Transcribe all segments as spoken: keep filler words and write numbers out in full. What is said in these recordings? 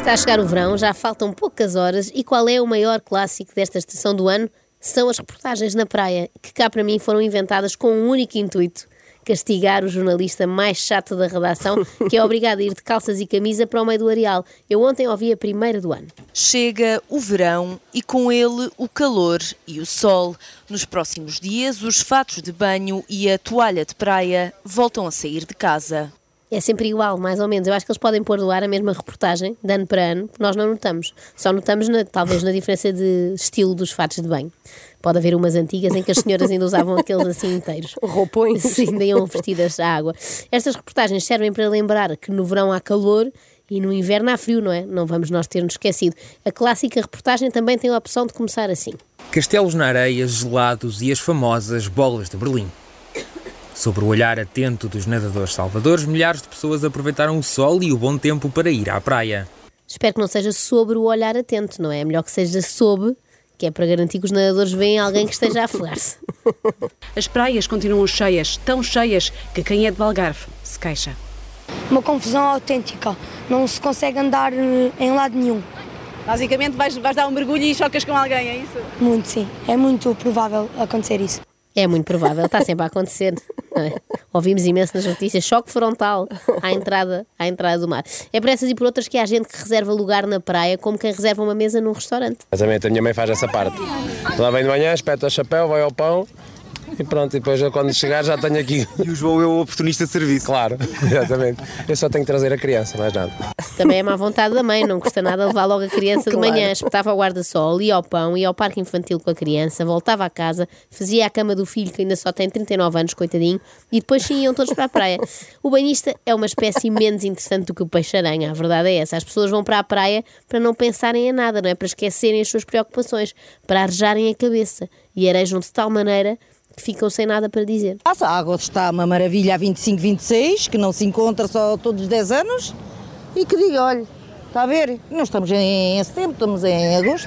Está a chegar o verão, já faltam poucas horas e qual é o maior clássico desta estação do ano? São as reportagens na praia, que cá para mim foram inventadas com um único intuito: castigar o jornalista mais chato da redação, que é obrigado a ir de calças e camisa para o meio do areal. Eu ontem ouvi a primeira do ano. Chega o verão e com ele o calor e o sol. Nos próximos dias, os fatos de banho e a toalha de praia voltam a sair de casa. É sempre igual, mais ou menos. Eu acho que eles podem pôr do ar a mesma reportagem, de ano para ano, que nós não notamos. Só notamos, na, talvez, na diferença de estilo dos fatos de banho. Pode haver umas antigas em que as senhoras ainda usavam aqueles assim inteiros. Roupões. Sim, ainda iam vestidas à água. Estas reportagens servem para lembrar que no verão há calor e no inverno há frio, não é? Não vamos nós ter-nos esquecido. A clássica reportagem também tem a opção de começar assim. Castelos na areia, gelados e as famosas bolas de Berlim. Sob o olhar atento dos nadadores salvadores, milhares de pessoas aproveitaram o sol e o bom tempo para ir à praia. Espero que não seja sobre o olhar atento, não é? É melhor que seja sob, que é para garantir que os nadadores veem alguém que esteja a afogar-se. As praias continuam cheias, tão cheias que quem é de Algarve se queixa. Uma confusão autêntica, não se consegue andar em lado nenhum. Basicamente vais, vais dar um mergulho e chocas com alguém, é isso? Muito, sim. É muito provável acontecer isso. É muito provável, está sempre a acontecer. Não é? Ouvimos imenso nas notícias, choque frontal à entrada, à entrada do mar. É por essas e por outras que há gente que reserva lugar na praia como quem reserva uma mesa num restaurante. Exatamente, a minha mãe faz essa parte. Lá vem de manhã, espeta o chapéu, vai ao pão e pronto, e depois eu, quando chegar já tenho aqui. E o João é o oportunista de serviço. Claro, exatamente. Eu só tenho que trazer a criança, mais nada. Também é má vontade da mãe, não custa nada levar logo a criança de manhã, espetava ao guarda-sol, ia ao pão, ia ao parque infantil com a criança, voltava à casa, fazia a cama do filho que ainda só tem trinta e nove anos, coitadinho, e depois sim iam todos para a praia. O banhista é uma espécie menos interessante do que o peixe-aranha, a verdade é essa. As pessoas vão para a praia para não pensarem em nada, não é? Para esquecerem as suas preocupações, para arejarem a cabeça e arejam de tal maneira que ficam sem nada para dizer. A água está uma maravilha há vinte e cinco, vinte e seis, que não se encontra só todos os dez anos, e que diga, olha, está a ver, não estamos em setembro, estamos em agosto,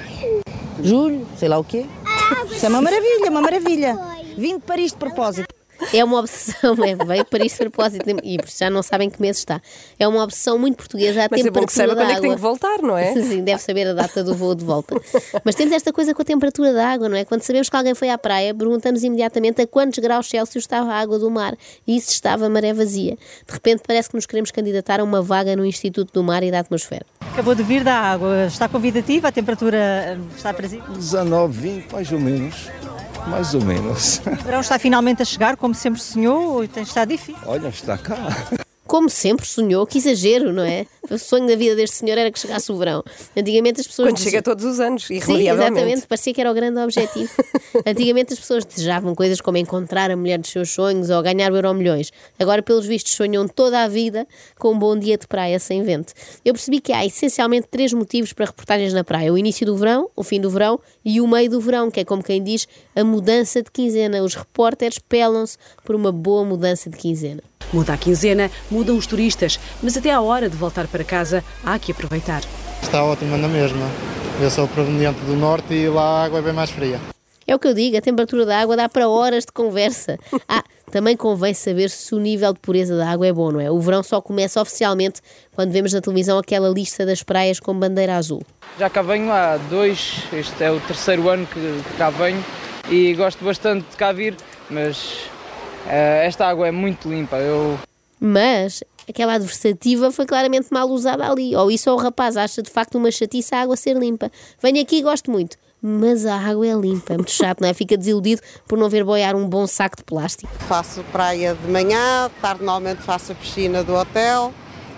julho, sei lá o quê. Isso é uma maravilha, uma maravilha. Vim de Paris de propósito. É uma obsessão, é, veio para isto de propósito e já não sabem que mês está. É uma obsessão muito portuguesa, a Mas temperatura é bom que saiba da quando água. é que tem que voltar, não é? Sim, deve saber a data do voo de volta. Mas temos esta coisa com a temperatura da água, não é? Quando sabemos que alguém foi à praia, perguntamos imediatamente a quantos graus Celsius estava a água do mar e se estava maré vazia. De repente parece que nos queremos candidatar a uma vaga no Instituto do Mar e da Atmosfera. Acabou de vir da água, está convidativa, a temperatura está presente? dezanove, vinte, mais ou menos. Mais ou menos. O verão está finalmente a chegar, como sempre sonhou, ou tem estado difícil? Olha, está cá. Como sempre sonhou, que exagero, não é? O sonho da vida deste senhor era que chegasse o verão. Antigamente as pessoas... Quando chega todos os anos, irremediavelmente. Sim, exatamente, parecia que era o grande objetivo. Antigamente as pessoas desejavam coisas como encontrar a mulher dos seus sonhos ou ganhar o Euromilhões. Agora, pelos vistos, sonham toda a vida com um bom dia de praia sem vento. Eu percebi que há essencialmente três motivos para reportagens na praia: o início do verão, o fim do verão e o meio do verão, que é como quem diz a mudança de quinzena. Os repórteres pelam-se por uma boa mudança de quinzena. Muda a quinzena, mudam os turistas, mas até à hora de voltar para casa há que aproveitar. Está ótima na mesma. Eu sou proveniente do norte e lá a água é bem mais fria. É o que eu digo, a temperatura da água dá para horas de conversa. Ah, também convém saber se o nível de pureza da água é bom, não é? O verão só começa oficialmente quando vemos na televisão aquela lista das praias com bandeira azul. Já cá venho há dois, este é o terceiro ano que, que cá venho e gosto bastante de cá vir, mas uh, esta água é muito limpa. Eu... Mas aquela adversativa foi claramente mal usada ali. Ou isso ou o rapaz acha de facto uma chatice a água ser limpa. Venho aqui e gosto muito, mas a água é limpa. É muito chato, não é? Fica desiludido por não ver boiar um bom saco de plástico. Faço praia de manhã, tarde normalmente faço a piscina do hotel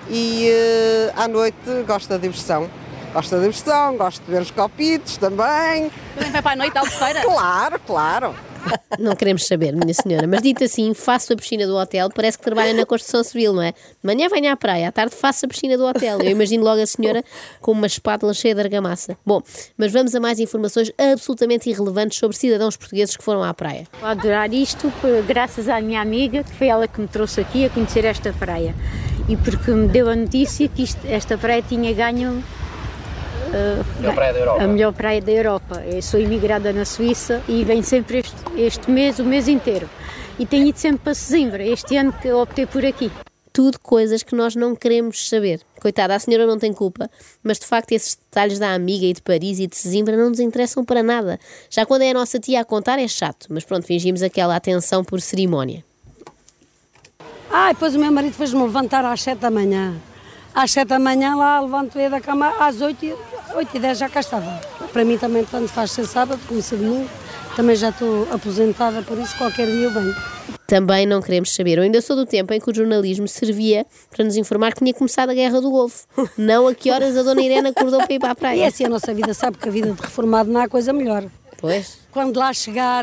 e uh, à noite gosto da diversão. Gosto da diversão, gosto de ver os copitos também. Também vai para a noite à albufeira? Claro, claro. Não queremos saber, minha senhora, mas dito assim, faço a piscina do hotel, parece que trabalha na construção civil, não é? De manhã venho à praia, à tarde faço a piscina do hotel. Eu imagino logo a senhora com uma espátula cheia de argamassa. Bom, mas vamos a mais informações absolutamente irrelevantes sobre cidadãos portugueses que foram à praia. Vou adorar isto graças à minha amiga, que foi ela que me trouxe aqui a conhecer esta praia. E porque me deu a notícia que isto, esta praia tinha ganho... Uh, melhor praia da Europa. A melhor praia da Europa. Eu sou imigrada na Suíça e venho sempre este, este mês, o mês inteiro. E tenho ido sempre para Sesimbra. Este ano que eu optei por aqui. Tudo coisas que nós não queremos saber. Coitada, a senhora não tem culpa, mas de facto esses detalhes da amiga e de Paris e de Sesimbra não nos interessam para nada. Já quando é a nossa tia a contar é chato, mas pronto, fingimos aquela atenção por cerimónia. Ah, depois o meu marido fez-me levantar às sete da manhã. Às sete da manhã lá levanto-me da cama, às oito e dez já cá estava. Para mim também tanto faz ser sábado como ser domingo. Também já estou aposentada, por isso qualquer dia eu venho. Também não queremos saber. Eu ainda sou do tempo em que o jornalismo servia para nos informar que tinha começado a Guerra do Golfo. Não a que horas a dona Irene acordou para ir para a praia. E assim a nossa vida sabe que a vida de reformado não há coisa melhor. Pois. Quando lá chegar,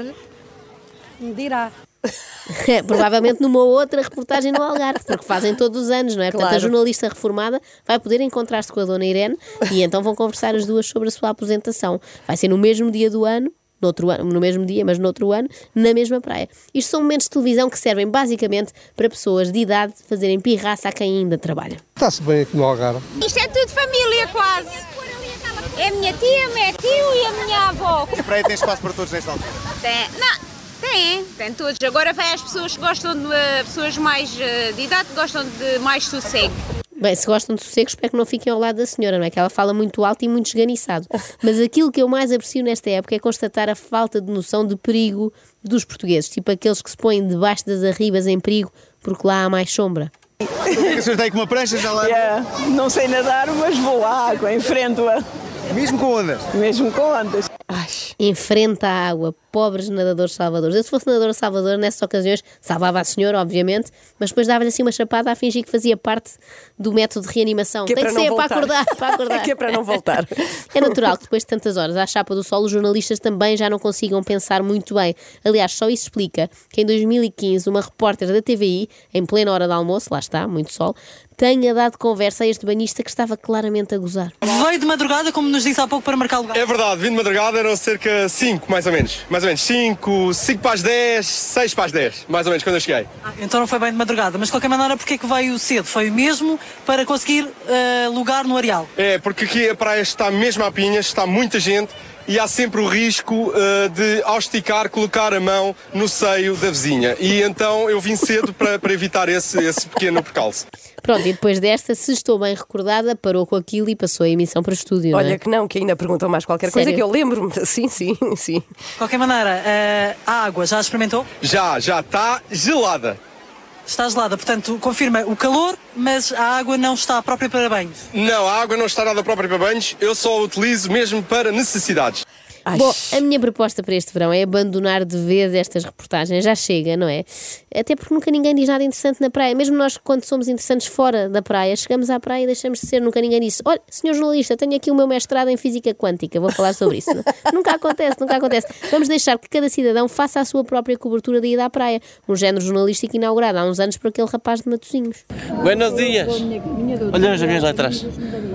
me dirá. Provavelmente numa outra reportagem no Algarve, porque fazem todos os anos, não é? Portanto, Claro. a jornalista reformada vai poder encontrar-se com a dona Irene e então vão conversar as duas sobre a sua aposentação. Vai ser no mesmo dia do ano, no, outro ano, no mesmo dia, mas no outro ano, na mesma praia. Isto são momentos de televisão que servem basicamente para pessoas de idade fazerem pirraça a quem ainda trabalha. Está-se bem aqui no Algarve. Isto é tudo família quase. É a minha tia, o meu tio e a minha avó. A praia tem espaço para todos nesta altura? Tem, não, tem, tem todos. Agora vem as pessoas que gostam de, uh, pessoas mais uh, de idade, que gostam de mais sossego. Bem, se gostam de sossego, espero que não fiquem ao lado da senhora, não é? Que ela fala muito alto e muito esganiçado. Mas aquilo que eu mais aprecio nesta época é constatar a falta de noção de perigo dos portugueses. Tipo aqueles que se põem debaixo das arribas em perigo porque lá há mais sombra. O que é que a senhora está aí com uma prancha já lá? Yeah, não sei nadar, mas vou à água, enfrento-a. Mesmo com ondas? Mesmo com ondas. Enfrenta a água, pobres nadadores salvadores. Eu, se fosse nadador salvador, nessas ocasiões, salvava a senhora, obviamente, mas depois dava-lhe assim uma chapada a fingir que fazia parte do método de reanimação. Que é Tem para que não ser voltar. para acordar, para acordar. Que é para não voltar. É natural que depois de tantas horas à chapa do sol, os jornalistas também já não consigam pensar muito bem. Aliás, só isso explica que em dois mil e quinze uma repórter da T V I, em plena hora de almoço, lá está, muito sol, tenha dado conversa a este banhista que estava claramente a gozar. Veio de madrugada, como nos disse há pouco, para marcar lugar. É verdade, vim de madrugada, eram cerca cinco, mais ou menos. Mais ou menos cinco, cinco para as dez, seis para as dez, mais ou menos, quando eu cheguei. Ah, então não foi bem de madrugada, mas de qualquer maneira, porque é que veio cedo? Foi mesmo para conseguir uh, lugar no areal? É, porque aqui a praia está mesmo a pinhas, está muita gente e há sempre o risco uh, de, ao esticar, colocar a mão no seio da vizinha. E então eu vim cedo para, para evitar esse, esse pequeno percalço. Pronto, e depois desta, se estou bem recordada, parou com aquilo e passou a emissão para o estúdio. Olha não é? que não, que ainda perguntam mais qualquer Sério? coisa que eu lembro-me. Sim, sim, sim. De qualquer maneira, uh, a água já experimentou? Já, já está gelada. Está gelada, portanto, confirma o calor, mas a água não está própria para banhos. Não, a água não está nada própria para banhos, eu só a utilizo mesmo para necessidades. Ai. Bom, a minha proposta para este verão é abandonar de vez estas reportagens. Já chega, não é? Até porque nunca ninguém diz nada interessante na praia. Mesmo nós, quando somos interessantes fora da praia, chegamos à praia e deixamos de ser. Nunca ninguém disse: olha, senhor jornalista, tenho aqui o meu mestrado em Física Quântica, vou falar sobre isso. Nunca acontece, nunca acontece. Vamos deixar que cada cidadão faça a sua própria cobertura de ida à praia. Um género jornalístico inaugurado há uns anos por aquele rapaz de Matosinhos. Buenos dias. Olha os aviões lá atrás.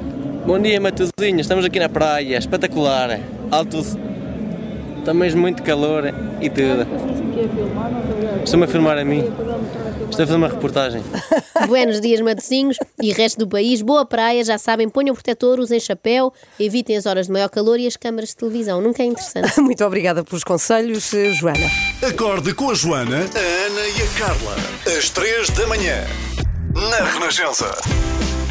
Bom dia, Matosinhos. Estamos aqui na praia. Espetacular. Alto. Está mesmo muito calor e tudo. Estou-me a filmar a mim. Estou a fazer uma reportagem. Buenos dias, Matosinhos e resto do país. Boa praia, já sabem, ponham protetor, usem chapéu, evitem as horas de maior calor e as câmaras de televisão. Nunca é interessante. Muito obrigada pelos conselhos, Joana. Acorde com a Joana, a Ana e a Carla. Às três da manhã, na Renascença.